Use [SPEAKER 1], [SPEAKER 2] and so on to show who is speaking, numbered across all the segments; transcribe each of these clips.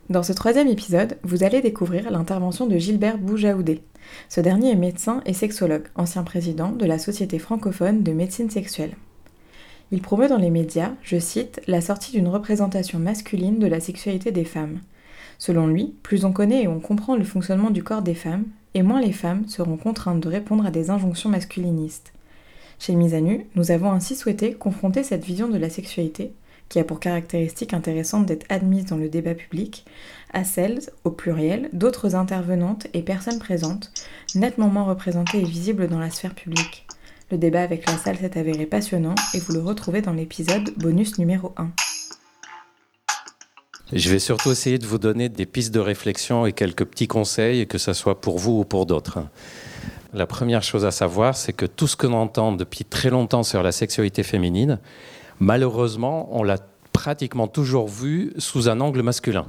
[SPEAKER 1] Dans ce troisième épisode, vous allez découvrir l'intervention de Gilbert Boujaoudé. Ce dernier est médecin et sexologue, ancien président de la Société francophone de médecine sexuelle. Il promeut dans les médias, je cite, la sortie d'une représentation masculine de la sexualité des femmes. Selon lui, plus on connaît et on comprend le fonctionnement du corps des femmes, et moins les femmes seront contraintes de répondre à des injonctions masculinistes. Chez Mise à Nu, nous avons ainsi souhaité confronter cette vision de la sexualité, qui a pour caractéristique intéressante d'être admise dans le débat public, à celles, au pluriel, d'autres intervenantes et personnes présentes, nettement moins représentées et visibles dans la sphère publique. Le débat avec la salle s'est avéré passionnant et vous le retrouvez dans l'épisode bonus numéro 1.
[SPEAKER 2] Je vais surtout essayer de vous donner des pistes de réflexion et quelques petits conseils, que ce soit pour vous ou pour d'autres. La première chose à savoir, c'est que tout ce que l'on entend depuis très longtemps sur la sexualité féminine, malheureusement, on l'a pratiquement toujours vu sous un angle masculin.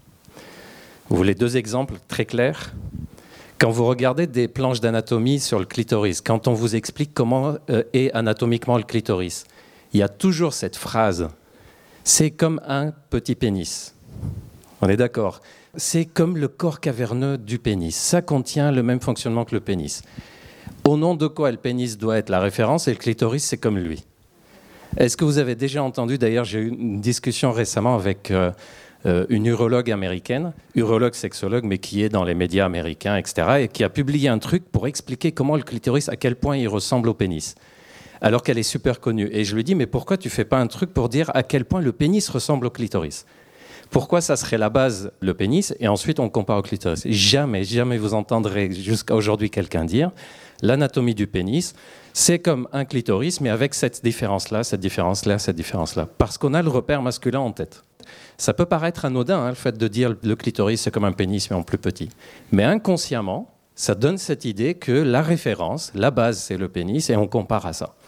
[SPEAKER 2] Vous voulez deux exemples très clairs ? Quand vous regardez des planches d'anatomie sur le clitoris, quand on vous explique comment est anatomiquement le clitoris, il y a toujours cette phrase « c'est comme un petit pénis ». On est d'accord ? C'est comme le corps caverneux du pénis. Ça contient le même fonctionnement que le pénis. Au nom de quoi le pénis doit être la référence et le clitoris, c'est comme lui. Est-ce que vous avez déjà entendu, d'ailleurs j'ai eu une discussion récemment avec une urologue américaine, urologue sexologue, mais qui est dans les médias américains, etc., et qui a publié un truc pour expliquer comment le clitoris, à quel point il ressemble au pénis, alors qu'elle est super connue. Et je lui dis, mais pourquoi tu ne fais pas un truc pour dire à quel point le pénis ressemble au clitoris ? Pourquoi ça serait la base, le pénis, et ensuite on compare au clitoris ? Jamais vous entendrez jusqu'à aujourd'hui quelqu'un dire l'anatomie du pénis, c'est comme un clitoris, mais avec cette différence-là, cette différence-là, cette différence-là. Parce qu'on a le repère masculin en tête. Ça peut paraître anodin, le fait de dire le clitoris, c'est comme un pénis, mais en plus petit. Mais inconsciemment, ça donne cette idée que la référence, la base, c'est le pénis, et on compare à ça.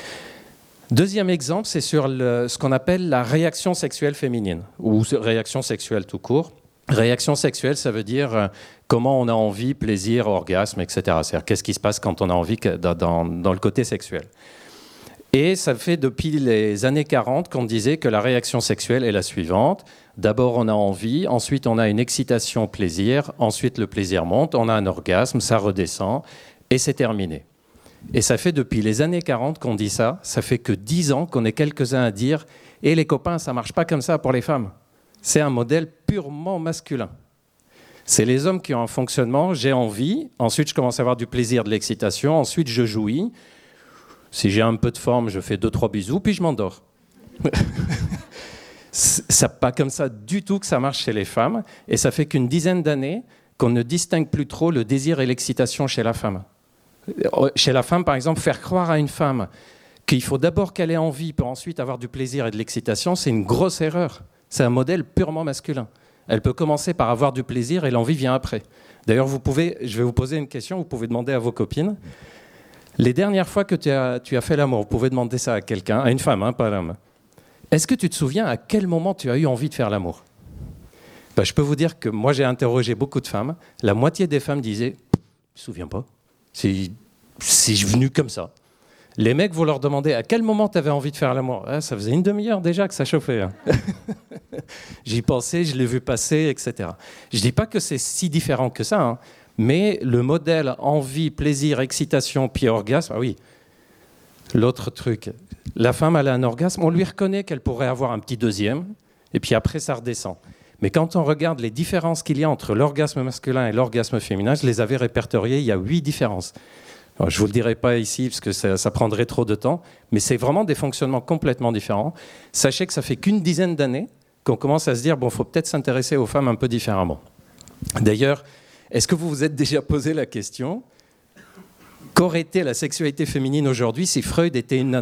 [SPEAKER 2] Deuxième exemple, c'est sur ce qu'on appelle la réaction sexuelle féminine, ou réaction sexuelle tout court. Réaction sexuelle, ça veut dire comment on a envie, plaisir, orgasme, etc. C'est-à-dire qu'est-ce qui se passe quand on a envie dans le côté sexuel. Et ça fait depuis les années 40 qu'on disait que la réaction sexuelle est la suivante. D'abord, on a envie, ensuite on a une excitation, plaisir, ensuite le plaisir monte, on a un orgasme, ça redescend, et c'est terminé. Et ça fait depuis les années 40 qu'on dit ça. Ça fait que 10 ans qu'on est quelques-uns à dire « Et les copains, ça ne marche pas comme ça pour les femmes ». C'est un modèle purement masculin. C'est les hommes qui ont un fonctionnement, j'ai envie, ensuite je commence à avoir du plaisir, de l'excitation, ensuite je jouis. Si j'ai un peu de forme, je fais 2-3 bisous, puis je m'endors. C'est pas comme ça du tout que ça marche chez les femmes, et ça fait qu'une dizaine d'années qu'on ne distingue plus trop le désir et l'excitation chez la femme. Chez la femme, par exemple, faire croire à une femme qu'il faut d'abord qu'elle ait envie pour ensuite avoir du plaisir et de l'excitation, c'est une grosse erreur. C'est un modèle purement masculin. Elle peut commencer par avoir du plaisir et l'envie vient après. D'ailleurs, je vais vous poser une question, vous pouvez demander à vos copines. Les dernières fois que tu as fait l'amour, vous pouvez demander ça à quelqu'un, à une femme, pas à l'homme. Est-ce que tu te souviens à quel moment tu as eu envie de faire l'amour ? Je peux vous dire que moi, j'ai interrogé beaucoup de femmes. La moitié des femmes disaient « je ne me souviens pas, c'est venu comme ça ». Les mecs, vous leur demandez à quel moment tu avais envie de faire l'amour. Ça faisait une demi-heure déjà que ça chauffait. J'y pensais, je l'ai vu passer, etc. Je ne dis pas que c'est si différent que ça, mais le modèle envie, plaisir, excitation, puis orgasme, oui. L'autre truc, la femme, elle a un orgasme, on lui reconnaît qu'elle pourrait avoir un petit deuxième, et puis après, ça redescend. Mais quand on regarde les différences qu'il y a entre l'orgasme masculin et l'orgasme féminin, je les avais répertoriées, il y a 8 différences. Alors, je ne vous le dirai pas ici parce que ça prendrait trop de temps, mais c'est vraiment des fonctionnements complètement différents. Sachez que ça fait qu'une dizaine d'années qu'on commence à se dire, il faut peut-être s'intéresser aux femmes un peu différemment. D'ailleurs, est-ce que vous vous êtes déjà posé la question, qu'aurait été la sexualité féminine aujourd'hui si Freud était une nana ?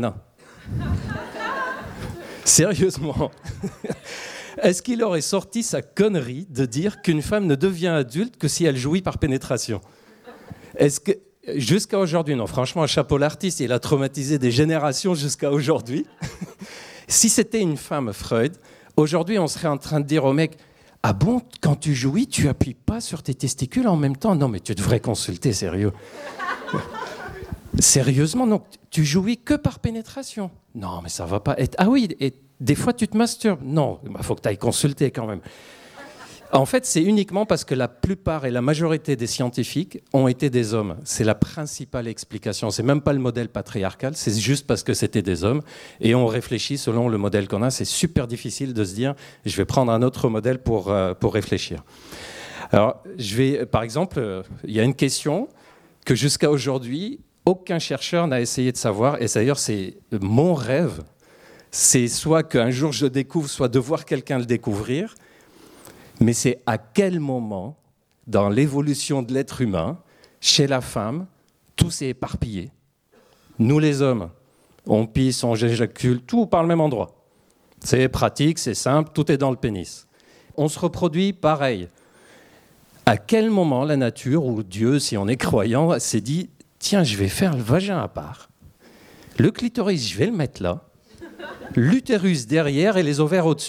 [SPEAKER 2] Sérieusement. Est-ce qu'il aurait sorti sa connerie de dire qu'une femme ne devient adulte que si elle jouit par pénétration ? Est-ce que jusqu'à aujourd'hui, non, franchement, un chapeau l'artiste, il a traumatisé des générations jusqu'à aujourd'hui. Si c'était une femme, Freud, aujourd'hui, on serait en train de dire au mec « Ah bon, quand tu jouis, tu appuies pas sur tes testicules en même temps ? Non, mais tu devrais consulter, sérieux. » Sérieusement, non, tu jouis que par pénétration. Non, mais ça va pas être... Ah oui, et des fois, tu te masturbes. Non, il faut que tu ailles consulter quand même. En fait, c'est uniquement parce que la plupart et la majorité des scientifiques ont été des hommes. C'est la principale explication. C'est même pas le modèle patriarcal, c'est juste parce que c'était des hommes. Et on réfléchit selon le modèle qu'on a. C'est super difficile de se dire, je vais prendre un autre modèle pour réfléchir. Alors, par exemple, il y a une question que jusqu'à aujourd'hui, aucun chercheur n'a essayé de savoir. Et d'ailleurs, c'est mon rêve. C'est soit qu'un jour je découvre, soit de voir quelqu'un le découvrir. Mais c'est à quel moment, dans l'évolution de l'être humain, chez la femme, tout s'est éparpillé. Nous les hommes, on pisse, on éjacule, tout par le même endroit. C'est pratique, c'est simple, tout est dans le pénis. On se reproduit pareil. À quel moment la nature, ou Dieu, si on est croyant, s'est dit « Tiens, je vais faire le vagin à part. Le clitoris, je vais le mettre là. L'utérus derrière et les ovaires au-dessus. »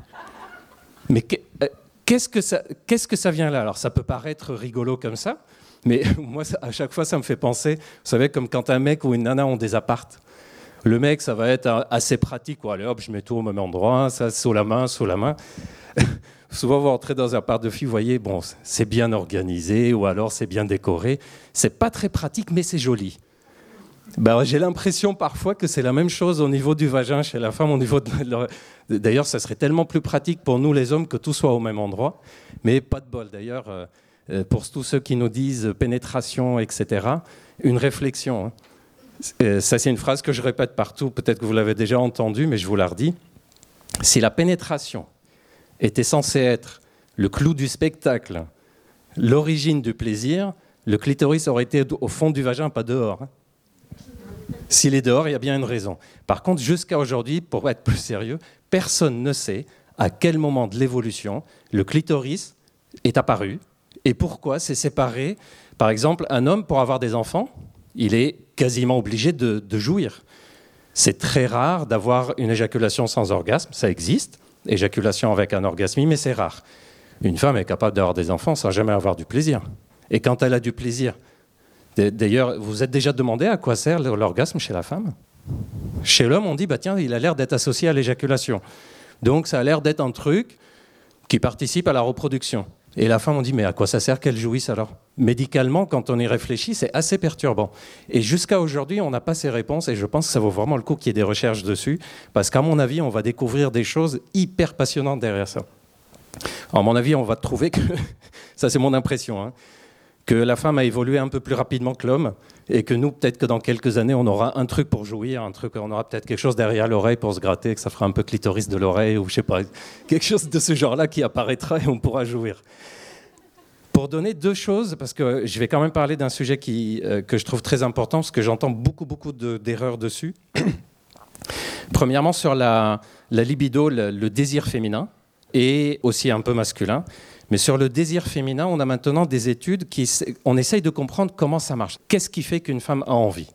[SPEAKER 2] Mais qu'est-ce que ça vient là? Alors ça peut paraître rigolo comme ça, mais moi à chaque fois ça me fait penser, vous savez, comme quand un mec ou une nana ont des appartes. Le mec, ça va être assez pratique, quoi. Allez hop, je mets tout au même endroit, ça sous la main. Souvent vous rentrez dans un appart de filles, vous voyez, bon, c'est bien organisé ou alors c'est bien décoré. C'est pas très pratique, mais c'est joli. Ben, j'ai l'impression parfois que c'est la même chose au niveau du vagin chez la femme, au niveau D'ailleurs, ça serait tellement plus pratique pour nous les hommes que tout soit au même endroit, mais pas de bol. D'ailleurs, pour tous ceux qui nous disent pénétration, etc., une réflexion. Ça, c'est une phrase que je répète partout, peut-être que vous l'avez déjà entendue, mais je vous la redis. Si la pénétration était censée être le clou du spectacle, l'origine du plaisir, le clitoris aurait été au fond du vagin, pas dehors. S'il est dehors, il y a bien une raison. Par contre, jusqu'à aujourd'hui, pour être plus sérieux, personne ne sait à quel moment de l'évolution le clitoris est apparu et pourquoi c'est séparé. Par exemple, un homme, pour avoir des enfants, il est quasiment obligé de jouir. C'est très rare d'avoir une éjaculation sans orgasme, ça existe, éjaculation avec un orgasme, mais c'est rare. Une femme est capable d'avoir des enfants sans jamais avoir du plaisir. Et quand elle a du plaisir, d'ailleurs, vous vous êtes déjà demandé à quoi sert l'orgasme chez la femme? Chez l'homme, on dit, bah tiens, il a l'air d'être associé à l'éjaculation. Donc ça a l'air d'être un truc qui participe à la reproduction. Et la femme, on dit, mais à quoi ça sert qu'elle jouisse alors? Médicalement, quand on y réfléchit, c'est assez perturbant. Et jusqu'à aujourd'hui, on n'a pas ces réponses, et je pense que ça vaut vraiment le coup qu'il y ait des recherches dessus, parce qu'à mon avis, on va découvrir des choses hyper passionnantes derrière ça. À mon avis, on va trouver que, ça c'est mon impression, hein, que la femme a évolué un peu plus rapidement que l'homme, et que nous, peut-être que dans quelques années, on aura un truc pour jouir, on aura peut-être quelque chose derrière l'oreille pour se gratter, que ça fera un peu clitoris de l'oreille, ou je sais pas, quelque chose de ce genre-là qui apparaîtra et on pourra jouir. Pour donner deux choses, parce que je vais quand même parler d'un sujet que je trouve très important, parce que j'entends beaucoup d'erreurs dessus. Premièrement, sur la libido, le désir féminin, et aussi un peu masculin. Mais sur le désir féminin, on a maintenant des études on essaye de comprendre comment ça marche. Qu'est-ce qui fait qu'une femme a envie?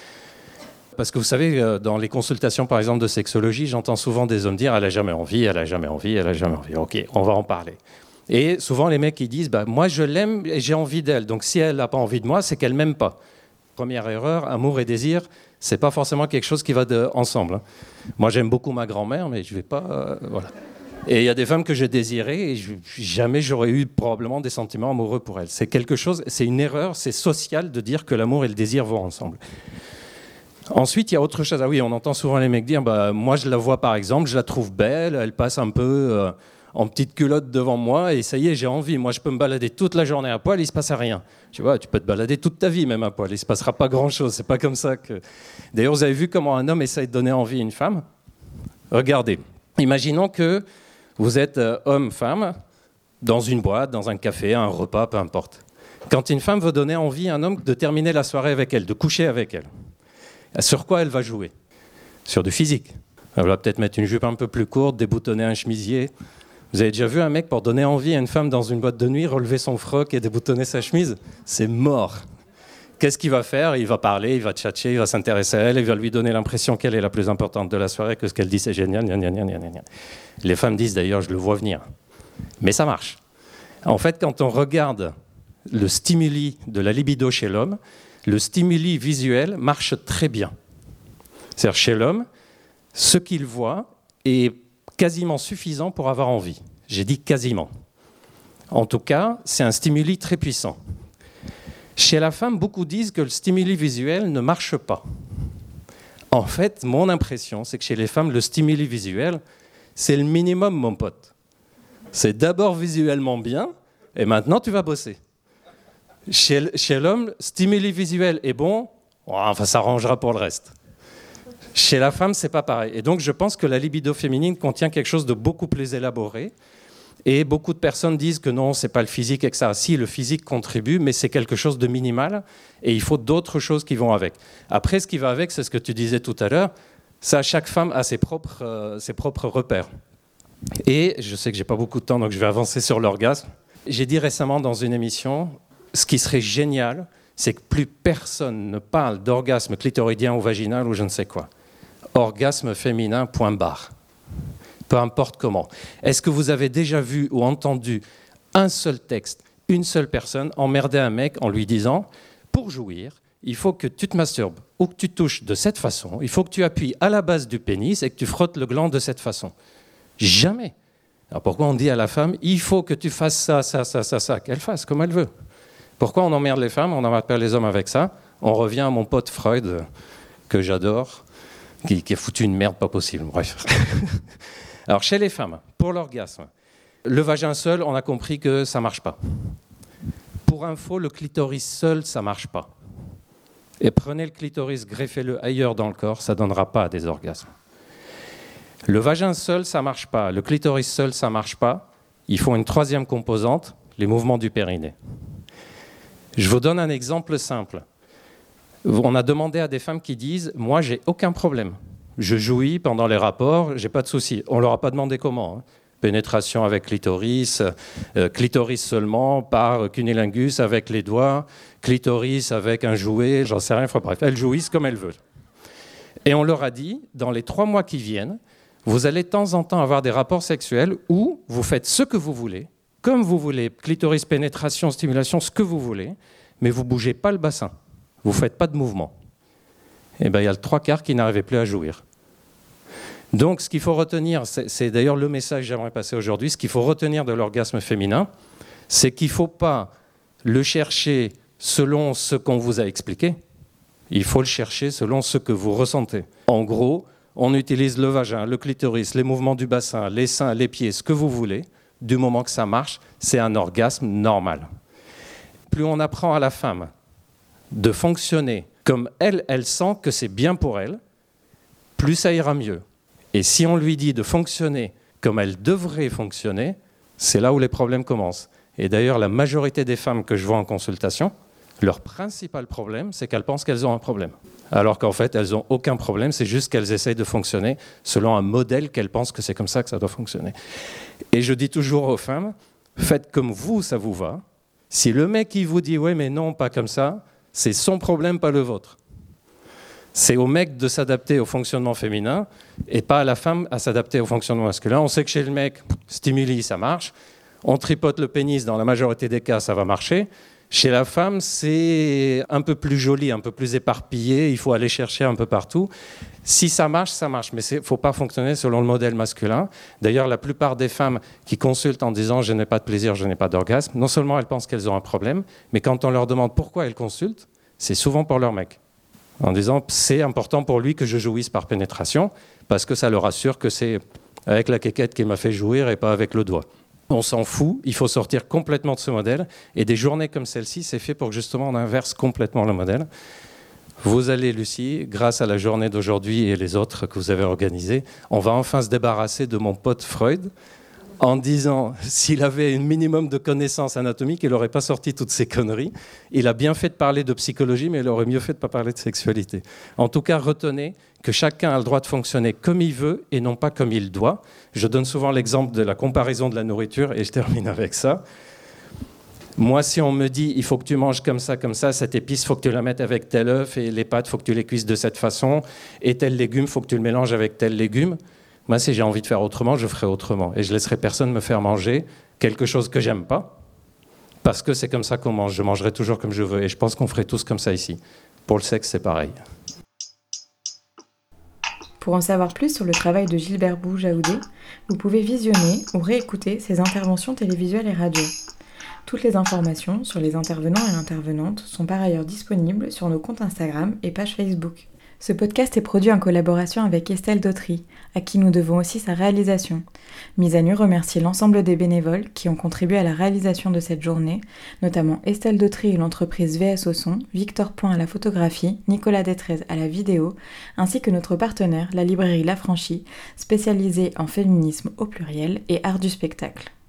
[SPEAKER 2] Parce que vous savez, dans les consultations, par exemple, de sexologie, j'entends souvent des hommes dire « elle n'a jamais envie, elle n'a jamais envie, elle n'a jamais envie ». Ok, on va en parler. Et souvent, les mecs, ils disent bah, « moi, je l'aime et j'ai envie d'elle. Donc, si elle n'a pas envie de moi, c'est qu'elle ne m'aime pas ». Première erreur, amour et désir, ce n'est pas forcément quelque chose qui va ensemble. Moi, j'aime beaucoup ma grand-mère, mais je ne vais pas... voilà. Et il y a des femmes que j'ai désirées et jamais j'aurais eu probablement des sentiments amoureux pour elles. C'est quelque chose, c'est une erreur, c'est social de dire que l'amour et le désir vont ensemble. Ensuite, il y a autre chose. Ah oui, on entend souvent les mecs dire bah, moi je la vois par exemple, je la trouve belle, elle passe un peu en petite culotte devant moi et ça y est, j'ai envie. Moi je peux me balader toute la journée à poil, il ne se passe rien. Tu vois, tu peux te balader toute ta vie même à poil, il ne se passera pas grand-chose. C'est pas comme ça que... D'ailleurs, vous avez vu comment un homme essaye de donner envie à une femme? Regardez, imaginons que vous êtes homme-femme, dans une boîte, dans un café, un repas, peu importe. Quand une femme veut donner envie à un homme de terminer la soirée avec elle, de coucher avec elle, sur quoi elle va jouer? Sur du physique. Elle va peut-être mettre une jupe un peu plus courte, déboutonner un chemisier. Vous avez déjà vu un mec, pour donner envie à une femme dans une boîte de nuit, relever son froc et déboutonner sa chemise? C'est mort. Qu'est-ce qu'il va faire? Il va parler, il va tchatcher, il va s'intéresser à elle, il va lui donner l'impression qu'elle est la plus importante de la soirée, que ce qu'elle dit c'est génial. Gna, gna, gna, gna, gna. Les femmes disent d'ailleurs, je le vois venir. Mais ça marche. En fait, quand on regarde le stimuli de la libido chez l'homme, le stimuli visuel marche très bien. C'est-à-dire chez l'homme, ce qu'il voit est quasiment suffisant pour avoir envie. J'ai dit quasiment. En tout cas, c'est un stimuli très puissant. Chez la femme, beaucoup disent que le stimuli visuel ne marche pas. En fait, mon impression, c'est que chez les femmes, le stimuli visuel, c'est le minimum, mon pote. C'est d'abord visuellement bien, et maintenant tu vas bosser. Chez l'homme, stimuli visuel est bon, enfin ça arrangera pour le reste. Chez la femme, c'est pas pareil. Et donc je pense que la libido féminine contient quelque chose de beaucoup plus élaboré. Et beaucoup de personnes disent que non, c'est pas le physique, etc. Si, le physique contribue, mais c'est quelque chose de minimal, et il faut d'autres choses qui vont avec. Après, ce qui va avec, c'est ce que tu disais tout à l'heure, ça, chaque femme a ses propres repères. Et je sais que j'ai pas beaucoup de temps, donc je vais avancer sur l'orgasme. J'ai dit récemment dans une émission, ce qui serait génial, c'est que plus personne ne parle d'orgasme clitoridien ou vaginal ou je ne sais quoi. Orgasme féminin, point barre. Peu importe comment. Est-ce que vous avez déjà vu ou entendu un seul texte, une seule personne emmerder un mec en lui disant « Pour jouir, il faut que tu te masturbes ou que tu touches de cette façon, il faut que tu appuies à la base du pénis et que tu frottes le gland de cette façon. » Jamais. Alors pourquoi on dit à la femme « Il faut que tu fasses ça, ça, ça, ça, ça », qu'elle fasse comme elle veut. Pourquoi on emmerde les femmes, on emmerde pas les hommes avec ça? On revient à mon pote Freud, que j'adore, qui a foutu une merde pas possible. Bref. Alors, chez les femmes, pour l'orgasme, le vagin seul, on a compris que ça ne marche pas. Pour info, le clitoris seul, ça ne marche pas. Et prenez le clitoris, greffez-le ailleurs dans le corps, ça ne donnera pas des orgasmes. Le vagin seul, ça ne marche pas. Le clitoris seul, ça ne marche pas. Il faut une troisième composante, les mouvements du périnée. Je vous donne un exemple simple. On a demandé à des femmes qui disent « Moi, j'ai aucun problème. Je jouis pendant les rapports, j'ai pas de souci. » On leur a pas demandé comment. Pénétration avec clitoris, clitoris seulement, par cunnilingus avec les doigts, clitoris avec un jouet, j'en sais rien. Enfin, bref, elles jouissent comme elles veulent. Et on leur a dit, dans les 3 mois qui viennent, vous allez de temps en temps avoir des rapports sexuels où vous faites ce que vous voulez, comme vous voulez, clitoris, pénétration, stimulation, ce que vous voulez, mais vous bougez pas le bassin. Vous faites pas de mouvement. Eh bien, il y a le 3/4 qui n'arrivait plus à jouir. Donc, ce qu'il faut retenir, c'est d'ailleurs le message que j'aimerais passer aujourd'hui, ce qu'il faut retenir de l'orgasme féminin, c'est qu'il ne faut pas le chercher selon ce qu'on vous a expliqué, il faut le chercher selon ce que vous ressentez. En gros, on utilise le vagin, le clitoris, les mouvements du bassin, les seins, les pieds, ce que vous voulez, du moment que ça marche, c'est un orgasme normal. Plus on apprend à la femme de fonctionner comme elle sent que c'est bien pour elle, plus ça ira mieux. Et si on lui dit de fonctionner comme elle devrait fonctionner, c'est là où les problèmes commencent. Et d'ailleurs, la majorité des femmes que je vois en consultation, leur principal problème, c'est qu'elles pensent qu'elles ont un problème. Alors qu'en fait, elles n'ont aucun problème, c'est juste qu'elles essayent de fonctionner selon un modèle qu'elles pensent que c'est comme ça que ça doit fonctionner. Et je dis toujours aux femmes, faites comme vous, ça vous va. Si le mec qui vous dit « ouais, mais non, pas comme ça », c'est son problème, pas le vôtre. C'est au mec de s'adapter au fonctionnement féminin et pas à la femme à s'adapter au fonctionnement masculin. On sait que chez le mec, stimuli, ça marche. On tripote le pénis, dans la majorité des cas, ça va marcher. Chez la femme, c'est un peu plus joli, un peu plus éparpillé. Il faut aller chercher un peu partout. Si ça marche, ça marche. Mais il ne faut pas fonctionner selon le modèle masculin. D'ailleurs, la plupart des femmes qui consultent en disant « je n'ai pas de plaisir, je n'ai pas d'orgasme », non seulement elles pensent qu'elles ont un problème, mais quand on leur demande pourquoi elles consultent, c'est souvent pour leur mec. En disant « c'est important pour lui que je jouisse par pénétration, parce que ça leur assure que c'est avec la quéquette qui m'a fait jouir et pas avec le doigt ». On s'en fout, il faut sortir complètement de ce modèle. Et des journées comme celle-ci, c'est fait pour que justement on inverse complètement le modèle. Vous allez, Lucie, grâce à la journée d'aujourd'hui et les autres que vous avez organisées, on va enfin se débarrasser de mon pote Freud en disant, s'il avait un minimum de connaissances anatomiques, il n'aurait pas sorti toutes ces conneries. Il a bien fait de parler de psychologie, mais il aurait mieux fait de ne pas parler de sexualité. En tout cas, retenez que chacun a le droit de fonctionner comme il veut et non pas comme il doit. Je donne souvent l'exemple de la comparaison de la nourriture et je termine avec ça. Moi, si on me dit, il faut que tu manges comme ça, cette épice, il faut que tu la mettes avec tel œuf et les pâtes, il faut que tu les cuisses de cette façon et tel légume, il faut que tu le mélanges avec tel légume. Moi, si j'ai envie de faire autrement, je ferai autrement. Et je laisserai personne me faire manger quelque chose que j'aime pas, parce que c'est comme ça qu'on mange. Je mangerai toujours comme je veux. Et je pense qu'on ferait tous comme ça ici. Pour le sexe, c'est pareil.
[SPEAKER 1] Pour en savoir plus sur le travail de Gilbert Boujaoudé, vous pouvez visionner ou réécouter ses interventions télévisuelles et radio. Toutes les informations sur les intervenants et intervenantes sont par ailleurs disponibles sur nos comptes Instagram et page Facebook. Ce podcast est produit en collaboration avec Estelle Dautry, à qui nous devons aussi sa réalisation. Mise à nu remercie l'ensemble des bénévoles qui ont contribué à la réalisation de cette journée, notamment Estelle Dautry et l'entreprise VS au son, Victor Point à la photographie, Nicolas Détrez à la vidéo, ainsi que notre partenaire, la librairie La Franchie, spécialisée en féminisme au pluriel et art du spectacle.